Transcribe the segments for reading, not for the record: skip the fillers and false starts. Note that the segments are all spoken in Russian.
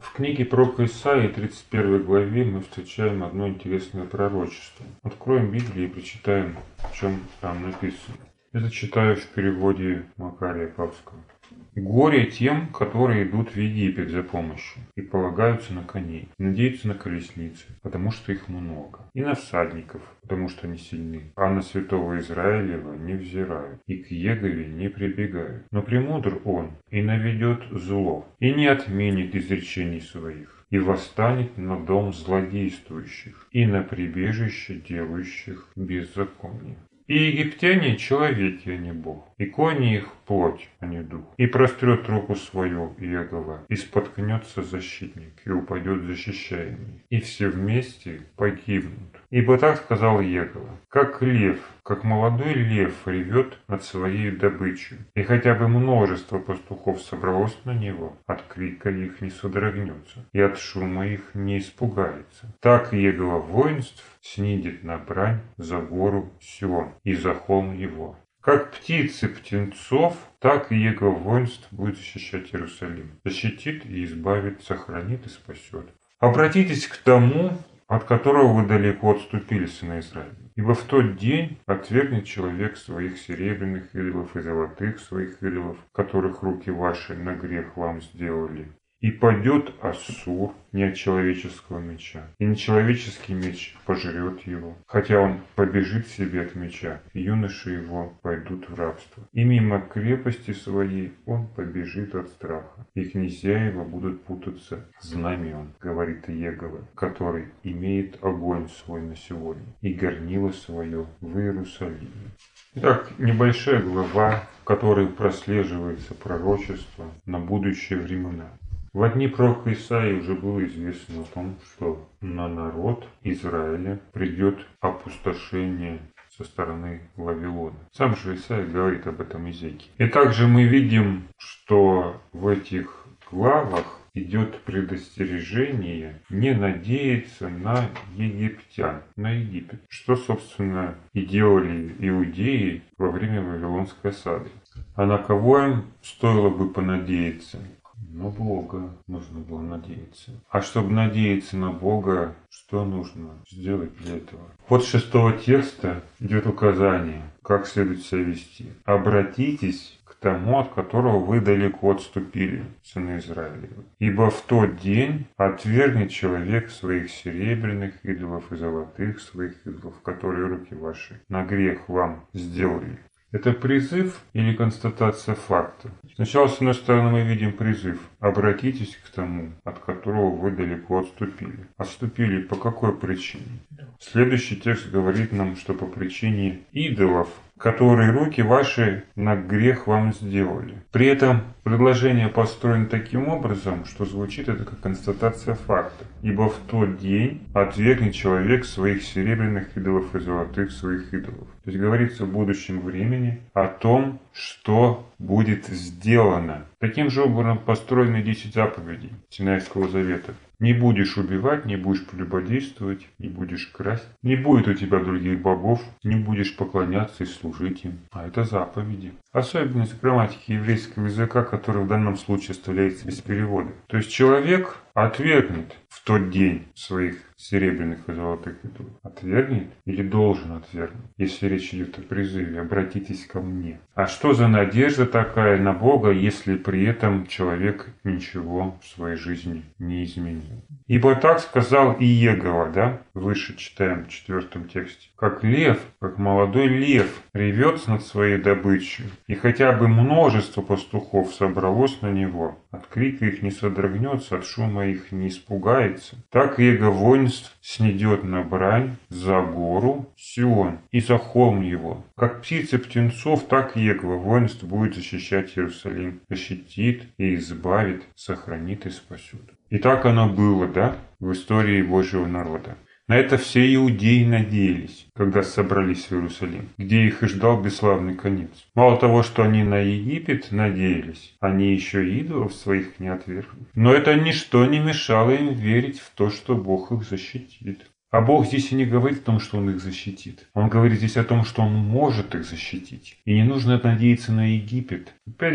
В книге пророка Исаии, 31 главе, мы встречаем одно интересное пророчество. Откроем Библию и прочитаем, о чем там написано. Это читаю в переводе Макария Павского. «Горе тем, которые идут в Египет за помощью и полагаются на коней, и надеются на колесницы, потому что их много, и на всадников, потому что они сильны, а на святого Израилева не взирают, и к Егове не прибегают. Но премудр он, и наведет зло, и не отменит изречений своих, и восстанет на дом злодействующих, и на прибежище делающих беззаконие. И египтяне человеки, а не Бог, и кони их плоть, а не дух. И прострет руку свою Иегова, и споткнется защитник, и упадет защищаемый, и все вместе погибнут. Ибо так сказал Иегова, как лев, как молодой лев ревет над своей добычей, и хотя бы множество пастухов собралось на него, от крика их не содрогнется, и от шума их не испугается. Так Иегова воинств снидет на брань за гору Сион и за холм его. Как птицы птенцов, так и Иегова воинств будет защищать Иерусалим. Защитит и избавит, сохранит и спасет. Обратитесь к тому, от которого вы далеко отступили, сыны Израиля. Ибо в тот день отвергнет человек своих серебряных идолов и золотых своих идолов, которых руки ваши на грех вам сделали. И падет Ассур не от человеческого меча, и нечеловеческий меч пожрет его, хотя он побежит себе от меча, и юноши его пойдут в рабство. И мимо крепости своей он побежит от страха, и князья его будут путаться знамен, говорит Иегова, который имеет огонь свой на сегодня, и горнило свое в Иерусалиме. Итак, небольшая глава, в которой прослеживается пророчество на будущие времена. В дни пророка Исаии уже было известно о том, что на народ Израиля придет опустошение со стороны Вавилона. Сам же Исаия говорит об этом Иезекииле. И также мы видим, что в этих главах идет предостережение не надеяться на египтян, на Египет, что, собственно, и делали иудеи во время Вавилонской осады. А на кого им стоило бы понадеяться? На Бога нужно было надеяться. А чтобы надеяться на Бога, что нужно сделать для этого? Вот с 6 текста идет указание, как следует себя вести. Обратитесь к тому, от которого вы далеко отступили, сыны Израилевы. Ибо в тот день отвергнет человек своих серебряных идолов и золотых своих идолов, которые руки ваши на грех вам сделали. Это призыв или констатация факта? Сначала, с одной стороны, мы видим призыв. Обратитесь к тому, от которого вы далеко отступили. Отступили по какой причине? Следующий текст говорит нам, что по причине идолов, которые руки ваши на грех вам сделали. При этом предложение построено таким образом, что звучит это как констатация факта. Ибо в тот день отвергнет человек своих серебряных идолов и золотых своих идолов. То есть говорится в будущем времени о том, что будет сделано. Таким же образом построены 10 заповедей Синайского завета. Не будешь убивать, не будешь прелюбодействовать, не будешь красть, не будет у тебя других богов, не будешь поклоняться и служить им. А это заповеди. Особенность грамматики еврейского языка, которая в данном случае оставляется без перевода. То есть человек отвергнет в тот день своих серебряных и золотых идолов. Отвергнет или должен отвергнуть, если речь идет о призыве «обратитесь ко мне». А что за надежда такая на Бога, если при этом человек ничего в своей жизни не изменил? Ибо так сказал Иегова, да? Выше читаем в 4 тексте. Как лев, как молодой лев ревет над своей добычей, и хотя бы множество пастухов собралось на него, от крика их не содрогнется, от шума их не испугается. Так Иегова воинств снидет на брань за гору Сион и за холм его. Как птицы птенцов, так Иегова воинств будет защищать Иерусалим, защитит и избавит, сохранит и спасет. И так оно было, да, в истории Божьего народа. На это все иудеи надеялись, когда собрались в Иерусалим, где их и ждал бесславный конец. Мало того, что они на Египет надеялись, они еще и идолов своих не отвергли. Но это ничто не мешало им верить в то, что Бог их защитит. А Бог здесь и не говорит о том, что Он их защитит. Он говорит здесь о том, что Он может их защитить. И не нужно надеяться на Египет. Опять же,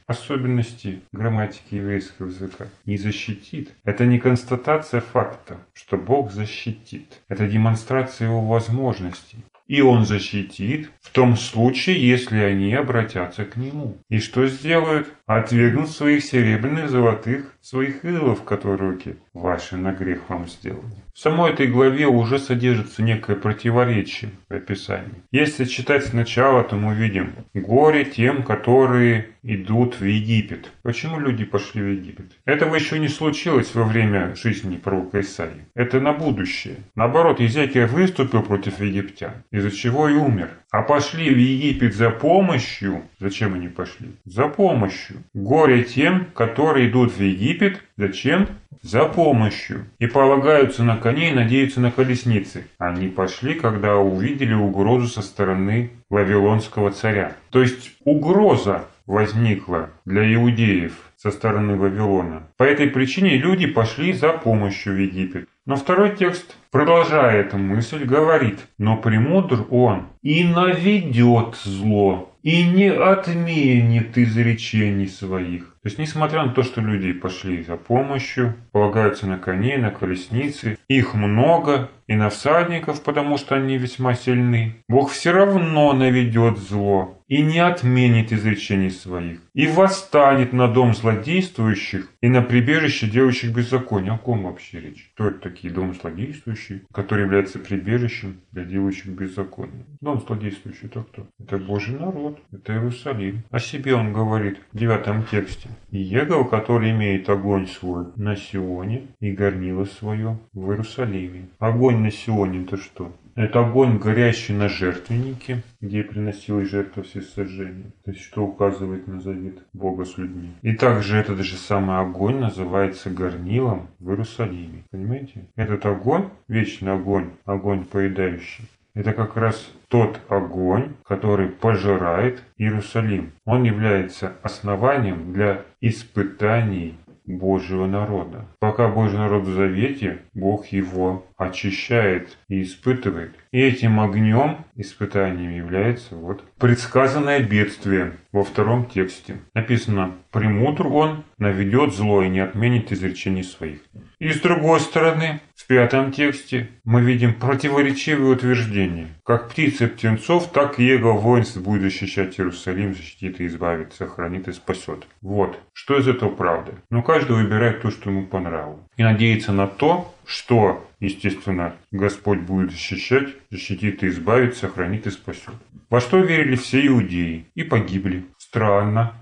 особенности грамматики еврейского языка, не защитит. Это не констатация факта, что Бог защитит. Это демонстрация его возможностей. И он защитит в том случае, если они обратятся к нему. И что сделают? Отвергнут своих серебряных, золотых, своих идолов, которые руки ваши на грех вам сделали. В самой этой главе уже содержится некое противоречие в описании. Если читать сначала, то мы видим горе тем, которые идут в Египет. Почему люди пошли в Египет? Этого еще не случилось во время жизни пророка Исаии. Это на будущее. Наоборот, Езекия выступил против египтян, из-за чего и умер. А пошли в Египет за помощью. Зачем они пошли? За помощью. Горе тем, которые идут в Египет. Зачем? За помощью. И полагаются на коней и надеются на колесницы. Они пошли, когда увидели угрозу со стороны вавилонского царя. То есть угроза возникла для иудеев со стороны Вавилона. По этой причине люди пошли за помощью в Египет. Но второй текст, продолжая эту мысль, говорит: «Но премудр он и наведет зло, и не отменит изречений своих». То есть, несмотря на то, что люди пошли за помощью, полагаются на коней, на колесницы, их много, и на всадников, потому что они весьма сильны, Бог все равно наведет зло и не отменит изречений своих, и восстанет на дом злодействующих и на прибежище делающих беззаконие. О ком вообще речь? Кто это такие дом злодействующий, который является прибежищем для делающих беззаконие? Дом злодействующий — это кто? Это Божий народ, это Иерусалим. О себе он говорит в 9 тексте. «И Егов, который имеет огонь свой на Сионе и горнило свое в Иерусалиме». Огонь на Сионе — это что? Это огонь, горящий на жертвеннике, где приносилась жертва всесожжения. То есть, что указывает на завет Бога с людьми. И также этот же самый огонь называется горнилом в Иерусалиме. Понимаете? Этот огонь, вечный огонь, огонь поедающий, это как раз тот огонь, который пожирает Иерусалим. Он является основанием для испытаний Божьего народа. Пока Божий народ в завете, Бог его очищает и испытывает. И этим огнем, испытанием, является предсказанное бедствие во 2 тексте. Написано: «Премудр он наведет зло и не отменит изречений своих». И с другой стороны, в 5 тексте мы видим противоречивые утверждения. Как птицы птенцов, так и Его воинств будет защищать Иерусалим, защитит и избавит, сохранит и спасет. Что из этого правда? Но каждый выбирает то, что ему понравилось. И надеется на то, что, естественно, Господь будет защитит и избавит, сохранит и спасет. Во что верили все иудеи и погибли. Странно.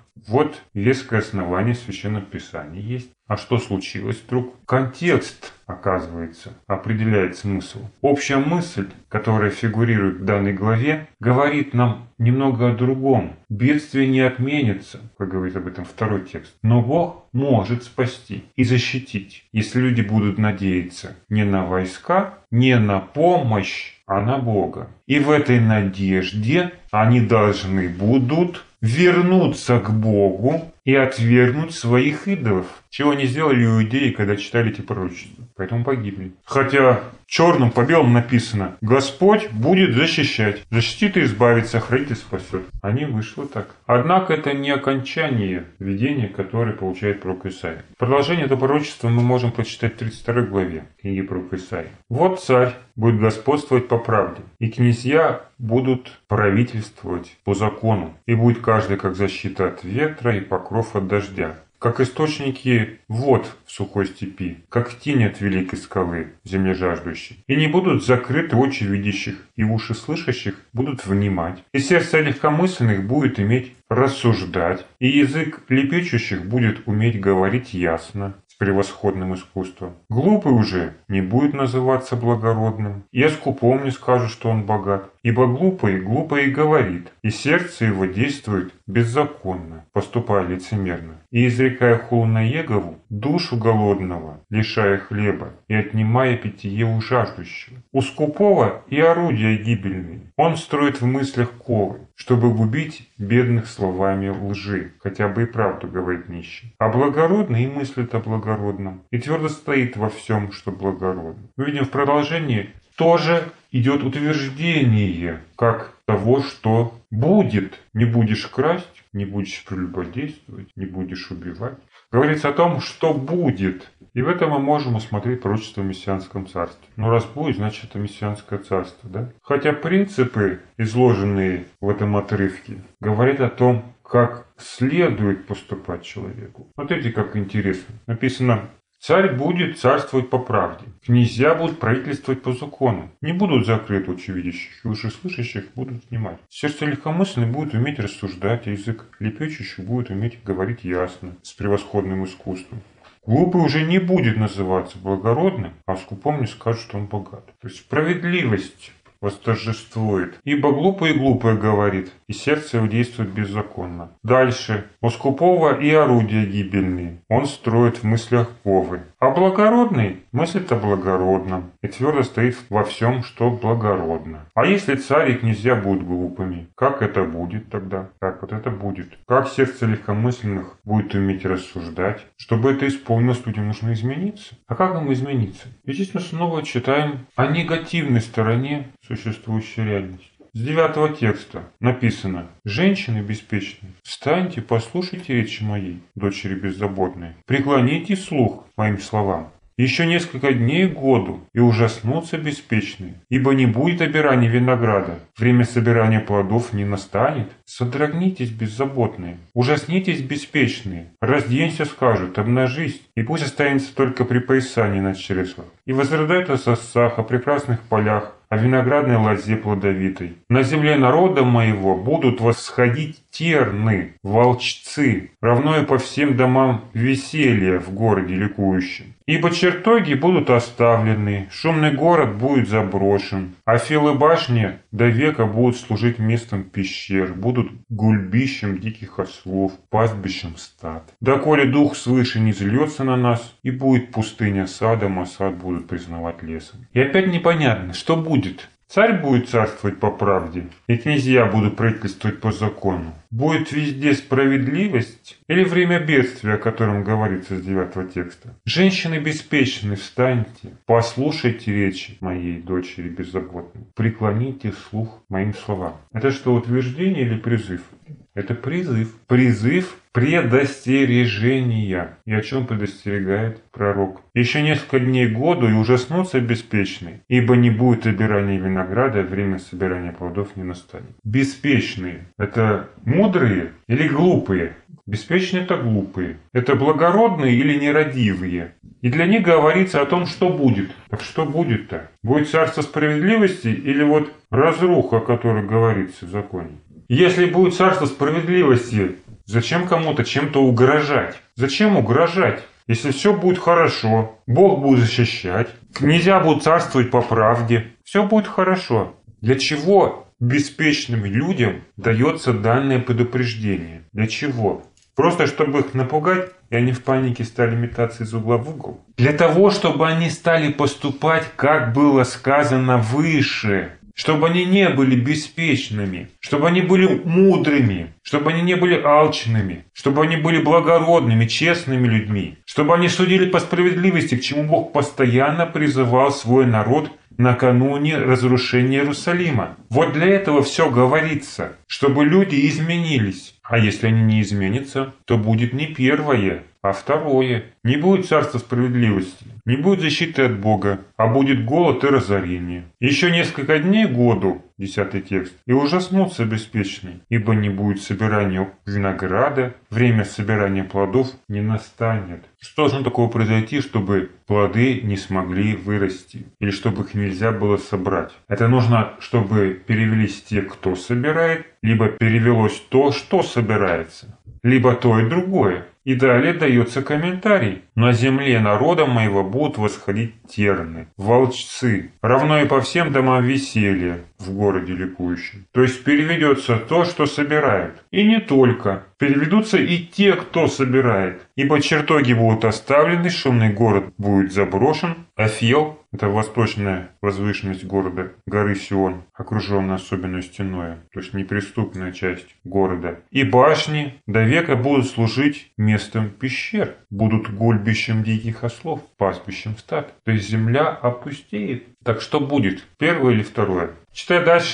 Веское основание в Священном Писании есть. А что случилось вдруг? Контекст, оказывается, определяет смысл. Общая мысль, которая фигурирует в данной главе, говорит нам немного о другом. Бедствие не отменится, как говорит об этом 2 текст. Но Бог может спасти и защитить, если люди будут надеяться не на войска, не на помощь, а на Бога. И в этой надежде они должны будут вернуться к Богу и отвергнуть своих идолов. Чего не сделали иудеи, когда читали эти пророчества. Поэтому погибли. Хотя черным по белому написано: Господь будет защищать. Защитит и избавит, сохранит и спасет. А не вышло так. Однако это не окончание видения, которое получает пророк Исаия. Продолжение этого пророчества мы можем прочитать в 32 главе книги пророка Исаии. «Вот царь будет господствовать по правде, и князья будут правительствовать по закону, и будет каждый как защита от ветра и покров от дождя, как источники вод в сухой степи, как тень от великой скалы в земле жаждущей. И не будут закрыты очи видящих, и уши слышащих будут внимать. И сердце легкомысленных будет иметь рассуждать, и язык лепечущих будет уметь говорить ясно, с превосходным искусством. Глупый уже не будет называться благородным, и о скупом не скажут, что он богат. Ибо глупый глупо и говорит, и сердце его действует беззаконно, поступая лицемерно, и изрекая хулу на Егову, душу голодного, лишая хлеба и отнимая питье у жаждущего. У скупого и орудия гибельные. Он строит в мыслях ковы, чтобы губить бедных словами лжи, хотя бы и правду говорит нищий. А благородный и мыслит о благородном, и твердо стоит во всем, что благородно». Мы видим в продолжении тоже идет утверждение, как того, что будет. Не будешь красть, не будешь прелюбодействовать, не будешь убивать. Говорится о том, что будет. И в этом мы можем усмотреть пророчество в мессианском царстве. Но раз будет, значит это мессианское царство, да? Хотя принципы, изложенные в этом отрывке, говорят о том, как следует поступать человеку. Смотрите, как интересно. Написано: царь будет царствовать по правде. Князья будут правительствовать по закону. Не будут закрыты очи видящих, и уши слышащих будут внимать. Сердце легкомысленный будет уметь рассуждать, а язык лепечущий будет уметь говорить ясно, с превосходным искусством. Глупый уже не будет называться благородным, а скупом не скажет, что он богат. То есть справедливость восторжествует. Ибо глупый глупое говорит, и сердце его действует беззаконно. Дальше. У скупого и орудия гибельные. Он строит в мыслях повы. А благородный мыслит о благородном и твердо стоит во всем, что благородно. А если царь и князья будут глупыми, как это будет тогда? Как вот это будет? Как сердце легкомысленных будет уметь рассуждать? Чтобы это исполнилось, людям нужно измениться. А как им измениться? И здесь мы снова читаем о негативной стороне существующей реальности. С 9 текста написано: «Женщины беспечные, встаньте, послушайте речи моей, дочери беззаботные, преклоните слух моим словам. Еще несколько дней к году, и ужаснутся беспечные, ибо не будет обирания винограда, время собирания плодов не настанет. Содрогнитесь, беззаботные, ужаснитесь, беспечные, разденься, скажут, обнажись, и пусть останется только припоясание на чреслах. И возрыдают о сосцах, о прекрасных полях, о виноградной лозе плодовитой. На земле народа моего будут восходить терны, волчцы, равное по всем домам веселья в городе ликующем. Ибо чертоги будут оставлены, шумный город будет заброшен, а филы башни до века будут служить местом пещер, будут гульбищем диких ослов, пастбищем стад. Доколе дух свыше не злется на нас, и будет пустыня садом, а сад будут признавать лесом». И опять непонятно, что будет. Царь будет царствовать по правде, и князья будут правительствовать по закону. Будет везде справедливость или время бедствия, о котором говорится с 9 текста? «Женщины беспечны, встаньте, послушайте речи моей дочери беззаботной, преклоните слух моим словам». Это что, утверждение или призыв? Это призыв. Призыв предостережения. И о чем предостерегает пророк? «Еще несколько дней к году, и ужаснутся беспечные, ибо не будет обирания винограда, время собирания плодов не настанет». Беспечные – это мудрые или глупые? Беспечные – это глупые. Это благородные или нерадивые? И для них говорится о том, что будет. Так что будет-то? Будет царство справедливости или вот разруха, о которой говорится в законе? Если будет царство справедливости, зачем кому-то чем-то угрожать? Зачем угрожать? Если все будет хорошо, Бог будет защищать, князья будут царствовать по правде, все будет хорошо. Для чего беспечным людям дается данное предупреждение? Для чего? Просто чтобы их напугать, и они в панике стали метаться из угла в угол? Для того, чтобы они стали поступать, как было сказано выше. Чтобы они не были беспечными, чтобы они были мудрыми, чтобы они не были алчными, чтобы они были благородными, честными людьми, чтобы они судили по справедливости, к чему Бог постоянно призывал свой народ накануне разрушения Иерусалима. Вот для этого все говорится, чтобы люди изменились. А если они не изменятся, то будет не первое, а второе. Не будет царства справедливости, не будет защиты от Бога, а будет голод и разорение. Еще несколько дней к году, 10 текст, и ужаснутся беспечные, ибо не будет собирания винограда, время собирания плодов не настанет. Что должно такого произойти, чтобы плоды не смогли вырасти, или чтобы их нельзя было собрать? Это нужно, чтобы перевелись те, кто собирает, либо перевелось то, что собирается, либо то и другое. И далее дается комментарий. «На земле народа моего будут восходить терны, волчцы, равно и по всем домам веселья в городе ликующем». То есть переведется то, что собирают. И не только. Переведутся и те, кто собирает. Ибо чертоги будут оставлены, шумный город будет заброшен, Афел, это восточная возвышенность города, горы Сион, окруженная особенной стеною, то есть неприступная часть города. И башни до века будут служить местом пещер, будут гульбищем диких ослов, пастбищем стад. То есть земля опустеет. Так что будет? Первое или второе? Читая дальше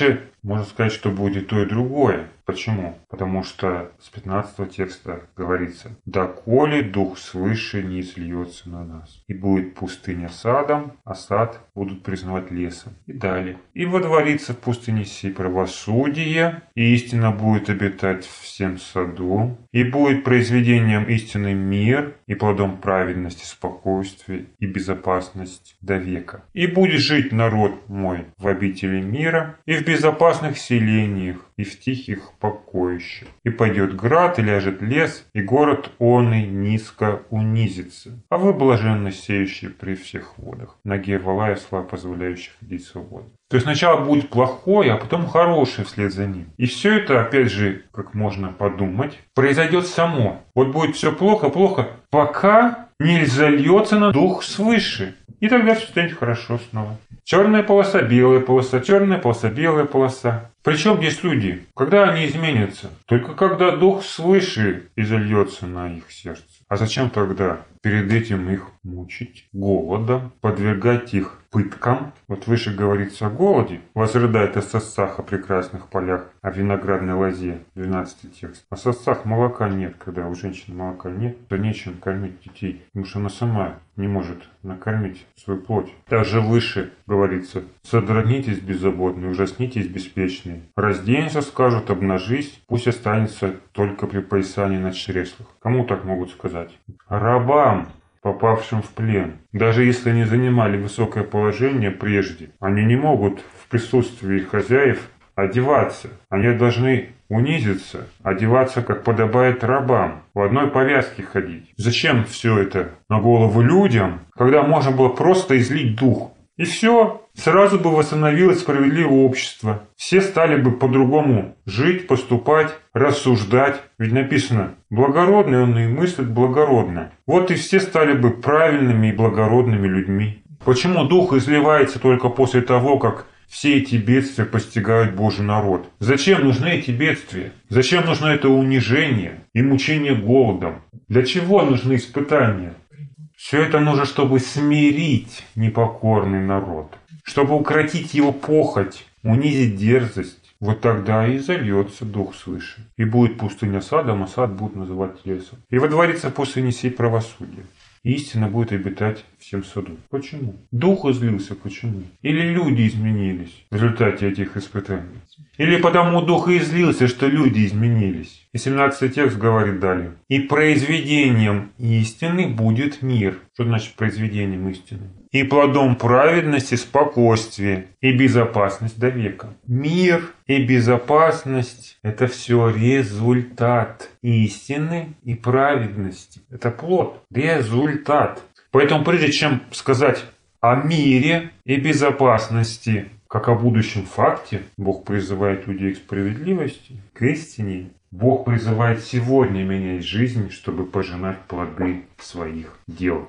Можно сказать, что будет и то, и другое. Почему? Потому что с 15 текста говорится: «Доколе Дух свыше не изльется на нас, и будет пустыня садом, а сад будут признавать лесом». И далее: «И водворится в пустыне сей правосудие, и истина будет обитать всем саду, и будет произведением истины мир, и плодом праведности спокойствие и безопасность до века. И будет жить народ мой в обители мира, и в безопасных селениях, и в тихих покоищах. И пойдет град, и ляжет лес, и город он и низко унизится. А вы блаженны сеющие при всех водах, ноге вала и осла, позволяющих ходить свободно». То есть сначала будет плохое, а потом хорошее вслед за ним. И все это, опять же, как можно подумать, произойдет само. Вот будет все плохо, пока не изольется на Дух свыше. И тогда все станет хорошо снова. Черная полоса, белая полоса, черная полоса, белая полоса. Причем здесь люди? Когда они изменятся? Только когда Дух свыше изольется на их сердце. А зачем тогда перед этим их мучить голодом, подвергать их пыткам? Вот выше говорится о голоде. Возрыдает о сосцах, о прекрасных полях, о виноградной лозе. 12 текст. О сосцах молока нет, когда у женщины молока нет, то нечем кормить детей, потому что она сама не может накормить свою плоть. Также выше говорится: «Содрогнитесь беззаботные, ужаснитесь беспечные. Разденься, скажут, обнажись, пусть останется только припоясание на чреслах». Кому так могут сказать? Рабам, попавшим в плен. Даже если они занимали высокое положение прежде, они не могут в присутствии хозяев одеваться. Они должны унизиться, одеваться, как подобает рабам, в одной повязке ходить. Зачем все это на голову людям, когда можно было просто излить дух? И все, сразу бы восстановилось справедливое общество. Все стали бы по-другому жить, поступать, рассуждать. Ведь написано: благородный он и мыслит благородно. Вот и все стали бы правильными и благородными людьми. Почему Дух изливается только после того, как все эти бедствия постигают Божий народ? Зачем нужны эти бедствия? Зачем нужно это унижение и мучение голодом? Для чего нужны испытания? Все это нужно, чтобы смирить непокорный народ, чтобы укротить его похоть, унизить дерзость. Вот тогда и зальется Дух свыше. И будет пустыня садом, а сад будут называть лесом. И водворится в пустыне сей правосудие. И истина будет обитать всем саду. Почему? Дух излился. Почему? Или люди изменились в результате этих испытаний? Или потому Дух и излился, что люди изменились? И 17 текст говорит далее: «И произведением истины будет мир». Что значит произведением истины? «И плодом праведности спокойствие и безопасность до века». Мир и безопасность – это все результат истины и праведности. Это плод, результат. Поэтому прежде чем сказать о мире и безопасности как о будущем факте, Бог призывает людей к справедливости, к истине. Бог призывает сегодня менять жизнь, чтобы пожинать плоды своих дел.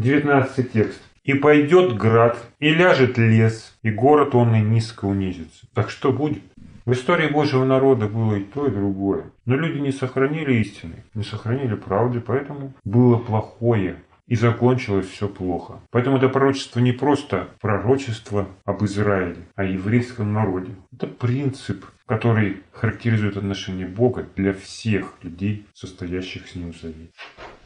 19 текст. «И пойдет град, и ляжет лес, и город он и низко унизится». Так что будет? В истории Божьего народа было и то, и другое. Но люди не сохранили истины, не сохранили правды, поэтому было плохое. И закончилось все плохо. Поэтому это пророчество не просто пророчество об Израиле, а еврейском народе. Это принцип, который характеризует отношение Бога для всех людей, состоящих с Ним в завете.